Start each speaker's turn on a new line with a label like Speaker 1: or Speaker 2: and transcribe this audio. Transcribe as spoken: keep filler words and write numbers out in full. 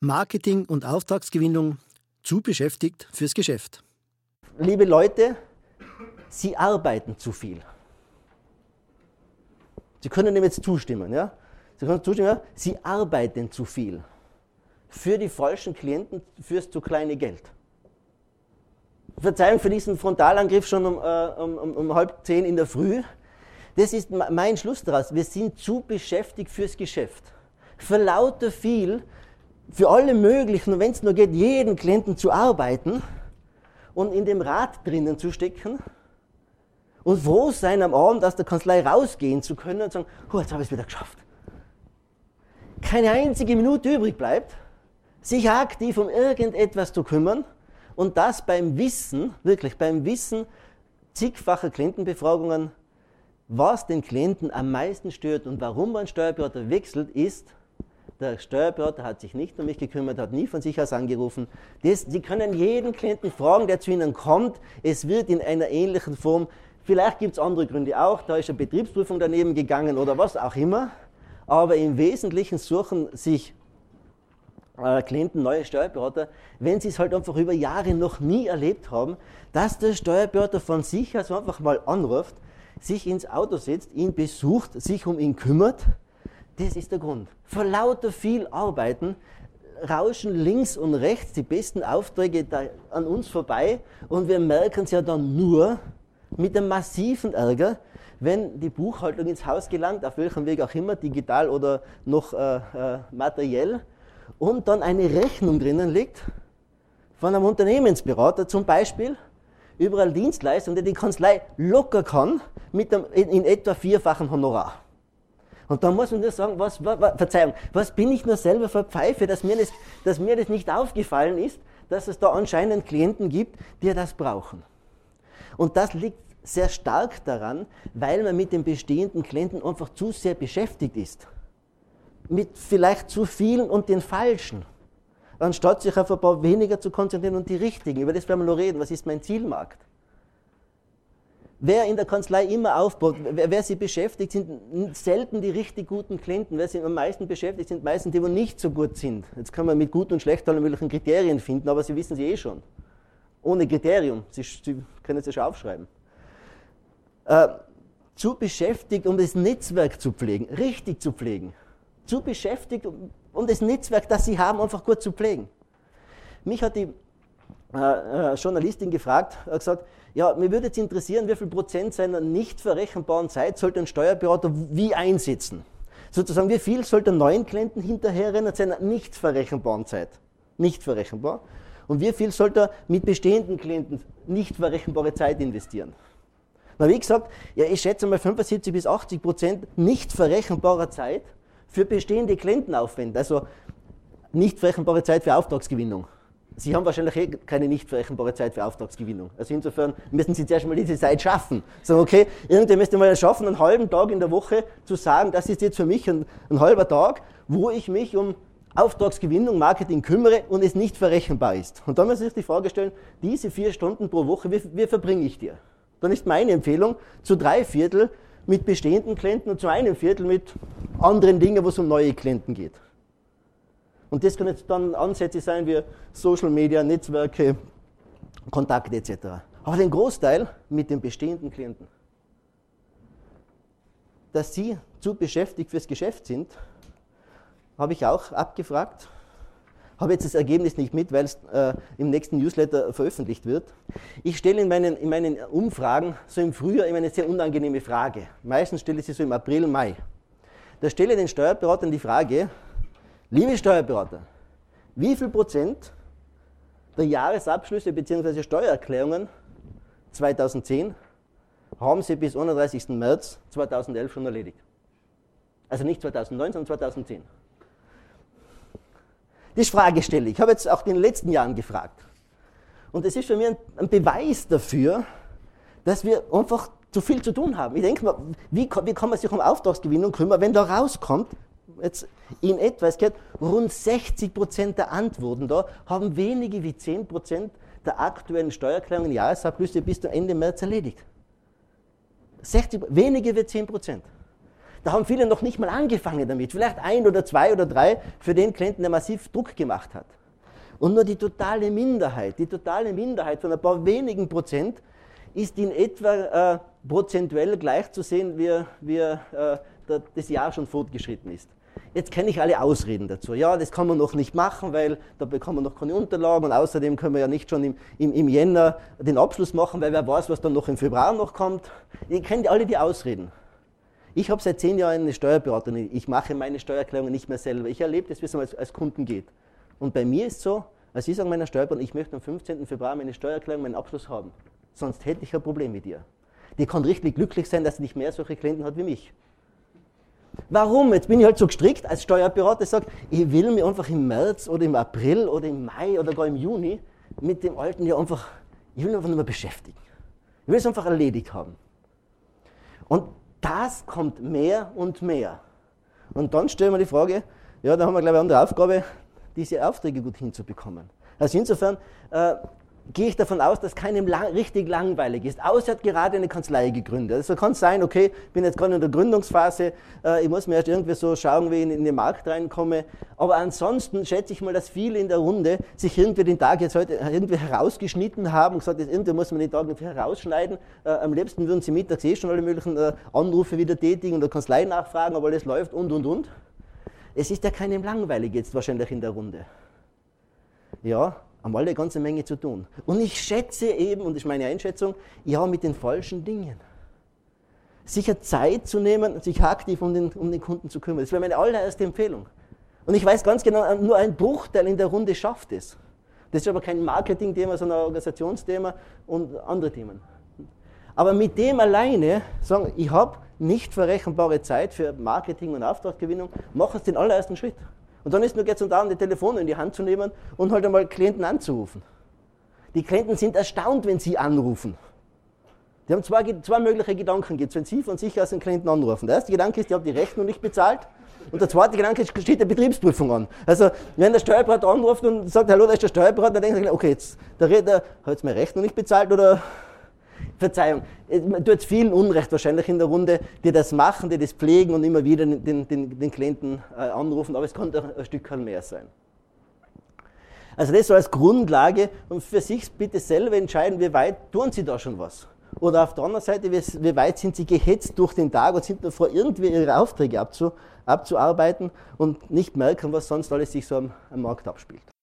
Speaker 1: Marketing und Auftragsgewinnung zu beschäftigt fürs Geschäft.
Speaker 2: Liebe Leute, Sie arbeiten zu viel. Sie können dem jetzt zustimmen, ja? Sie können zustimmen, ja? Sie arbeiten zu viel. Für die falschen Klienten fürs zu kleine Geld. Verzeihung für diesen Frontalangriff schon um, äh, um, um, um halb zehn in der Früh. Das ist mein Schluss daraus. Wir sind zu beschäftigt fürs Geschäft. Für lauter viel, für alle möglichen, und wenn es nur geht, jeden Klienten zu arbeiten und in dem Rad drinnen zu stecken und froh sein, am Abend aus der Kanzlei rausgehen zu können und sagen, oh, jetzt habe ich es wieder geschafft. Keine einzige Minute übrig bleibt, sich aktiv um irgendetwas zu kümmern und das beim Wissen, wirklich beim Wissen zigfacher Klientenbefragungen, was den Klienten am meisten stört und warum man Steuerberater wechselt, ist, der Steuerberater hat sich nicht um mich gekümmert, hat nie von sich aus angerufen. Das, Sie können jeden Klienten fragen, der zu Ihnen kommt. Es wird in einer ähnlichen Form, vielleicht gibt es andere Gründe auch, da ist eine Betriebsprüfung daneben gegangen oder was auch immer. Aber im Wesentlichen suchen sich äh, Klienten neue Steuerberater, wenn sie es halt einfach über Jahre noch nie erlebt haben, dass der Steuerberater von sich aus einfach mal anruft, sich ins Auto setzt, ihn besucht, sich um ihn kümmert. Das ist der Grund. Vor lauter viel Arbeiten rauschen links und rechts die besten Aufträge da an uns vorbei und wir merken es ja dann nur mit einem massiven Ärger, wenn die Buchhaltung ins Haus gelangt, auf welchem Weg auch immer, digital oder noch äh, äh, materiell, und dann eine Rechnung drinnen liegt von einem Unternehmensberater zum Beispiel über eine Dienstleistung, die die Kanzlei locker kann mit einem in, in etwa vierfachen Honorar. Und da muss man nur sagen, was, was, was, Verzeihung, was bin ich nur selber für Pfeife, dass mir, das, dass mir das nicht aufgefallen ist, dass es da anscheinend Klienten gibt, die das brauchen. Und das liegt sehr stark daran, weil man mit den bestehenden Klienten einfach zu sehr beschäftigt ist. Mit vielleicht zu vielen und den falschen. Anstatt sich auf ein paar weniger zu konzentrieren und die richtigen. Über das werden wir noch reden. Was ist mein Zielmarkt? Wer in der Kanzlei immer aufbaut, wer, wer sie beschäftigt, sind selten die richtig guten Klienten. Wer sie am meisten beschäftigt, sind meistens die, die nicht so gut sind. Jetzt kann man mit gut und schlecht alle möglichen Kriterien finden, aber Sie wissen sie eh schon. Ohne Kriterium. Sie, sie können es ja schon aufschreiben. Äh, zu beschäftigt, um das Netzwerk zu pflegen, richtig zu pflegen. Zu beschäftigt, um, um das Netzwerk, das Sie haben, einfach gut zu pflegen. Mich hat die äh, äh, Journalistin gefragt, hat gesagt, ja, mir würde jetzt interessieren, wie viel Prozent seiner nicht verrechenbaren Zeit sollte ein Steuerberater wie einsetzen? Sozusagen, wie viel sollte ein neuen Klienten hinterherrennen seiner nicht verrechenbaren Zeit? Nicht verrechenbar. Und wie viel sollte er mit bestehenden Klienten nicht verrechenbare Zeit investieren? Na, wie gesagt, ja, ich schätze mal fünfundsiebzig bis achtzig Prozent nicht verrechenbarer Zeit für bestehende Klienten aufwenden. Also nicht verrechenbare Zeit für Auftragsgewinnung. Sie haben wahrscheinlich eh keine nicht verrechenbare Zeit für Auftragsgewinnung. Also insofern müssen Sie zuerst mal diese Zeit schaffen. Sagen, okay, irgendwie müsst ihr mal schaffen, einen halben Tag in der Woche zu sagen, das ist jetzt für mich ein, ein halber Tag, wo ich mich um Auftragsgewinnung, Marketing kümmere und es nicht verrechenbar ist. Und dann muss man sich die Frage stellen, diese vier Stunden pro Woche, wie, wie verbringe ich die? Dann ist meine Empfehlung, zu drei Viertel mit bestehenden Klienten und zu einem Viertel mit anderen Dingen, wo es um neue Klienten geht. Und das können jetzt dann Ansätze sein wie Social Media, Netzwerke, Kontakte et cetera. Aber den Großteil mit den bestehenden Klienten. Dass Sie zu beschäftigt fürs Geschäft sind, habe ich auch abgefragt. Habe jetzt das Ergebnis nicht mit, weil es äh, im nächsten Newsletter veröffentlicht wird. Ich stelle in meinen, in meinen Umfragen so im Frühjahr immer eine sehr unangenehme Frage. Meistens stelle ich sie so im April, Mai. Da stelle ich den Steuerberatern die Frage, liebe Steuerberater, wie viel Prozent der Jahresabschlüsse bzw. Steuererklärungen zweitausendzehn haben Sie bis einunddreißigsten März zweitausendelf schon erledigt? Also nicht zweitausendneun, sondern zweitausendzehn. Die Frage stelle ich. Ich habe jetzt auch in den letzten Jahren gefragt. Und das ist für mich ein, ein Beweis dafür, dass wir einfach zu viel zu tun haben. Ich denke mal, wie, wie kann man sich um Auftragsgewinnung kümmern, wenn da rauskommt, jetzt in etwa, es geht rund sechzig Prozent der Antworten da, haben wenige wie zehn Prozent der aktuellen Steuererklärungen, Jahresabschlüsse bis zum Ende März erledigt. sechzig, wenige wie zehn Prozent. Da haben viele noch nicht mal angefangen damit. Vielleicht ein oder zwei oder drei für den Klienten, der massiv Druck gemacht hat. Und nur die totale Minderheit, die totale Minderheit von ein paar wenigen Prozent ist in etwa äh, prozentuell gleich zu sehen, wie, wie äh, das Jahr schon fortgeschritten ist. Jetzt kenne ich alle Ausreden dazu. Ja, das kann man noch nicht machen, weil da bekommen wir noch keine Unterlagen und außerdem können wir ja nicht schon im, im, im Jänner den Abschluss machen, weil wer weiß, was dann noch im Februar noch kommt. Ihr kennt alle die Ausreden. Ich habe seit zehn Jahren eine Steuerberaterin. Ich mache meine Steuererklärung nicht mehr selber. Ich erlebe das, wie es als, als Kunden geht. Und bei mir ist es so, als ich sage meiner Steuerberaterin, ich möchte am fünfzehnten Februar meine Steuererklärung, meinen Abschluss haben. Sonst hätte ich ein Problem mit ihr. Die kann richtig glücklich sein, dass sie nicht mehr solche Klienten hat wie mich. Warum? Jetzt bin ich halt so gestrickt als Steuerberater, sage, ich will mich einfach im März oder im April oder im Mai oder gar im Juni mit dem alten Jahr einfach, ich will mich einfach nicht mehr beschäftigen. Ich will es einfach erledigt haben. Und das kommt mehr und mehr. Und dann stellen wir die Frage, ja, da haben wir gleich eine andere Aufgabe, diese Aufträge gut hinzubekommen. Also insofern äh, gehe ich davon aus, dass keinem lang, richtig langweilig ist, außer er hat gerade eine Kanzlei gegründet. Also kann es sein, okay, ich bin jetzt gerade in der Gründungsphase, äh, ich muss mir erst irgendwie so schauen, wie ich in, in den Markt reinkomme. Aber ansonsten schätze ich mal, dass viele in der Runde sich irgendwie den Tag jetzt heute irgendwie herausgeschnitten haben und gesagt, jetzt irgendwie muss man den Tag irgendwie herausschneiden. Äh, am liebsten würden sie mittags eh schon alle möglichen äh, Anrufe wieder tätigen und der Kanzlei nachfragen, ob alles läuft und, und, und. Es ist ja keinem langweilig jetzt wahrscheinlich in der Runde. Ja, haben alle eine ganze Menge zu tun. Und ich schätze eben, und das ist meine Einschätzung, ja, mit den falschen Dingen. Sicher Zeit zu nehmen, sich aktiv um den, um den Kunden zu kümmern. Das wäre meine allererste Empfehlung. Und ich weiß ganz genau, nur ein Bruchteil in der Runde schafft es. Das ist aber kein Marketing-Thema, sondern ein Organisationsthema und andere Themen. Aber mit dem alleine sagen, ich habe nicht verrechenbare Zeit für Marketing und Auftragsgewinnung, machen es den allerersten Schritt. Und dann ist nur jetzt und da, die Telefone in die Hand zu nehmen und halt einmal Klienten anzurufen. Die Klienten sind erstaunt, wenn sie anrufen. Die haben zwei, zwei mögliche Gedanken, jetzt, wenn sie von sich aus den Klienten anrufen. Der erste Gedanke ist, ich habe die Rechnung nicht bezahlt. Und der zweite Gedanke ist, steht eine Betriebsprüfung an. Also, wenn der Steuerberater anruft und sagt, hallo, da ist der Steuerberater, dann denken sie, okay, jetzt, der Redner hat jetzt meine Rechnung nicht bezahlt oder... Verzeihung, man tut vielen Unrecht wahrscheinlich in der Runde, die das machen, die das pflegen und immer wieder den, den, den Klienten äh, anrufen, aber es kann doch ein Stück mehr sein. Also das so als Grundlage und für sich bitte selber entscheiden, wie weit tun Sie da schon was. Oder auf der anderen Seite, wie, wie weit sind Sie gehetzt durch den Tag und sind nur vor, irgendwie Ihre Aufträge abzu, abzuarbeiten und nicht merken, was sonst alles sich so am, am Markt abspielt.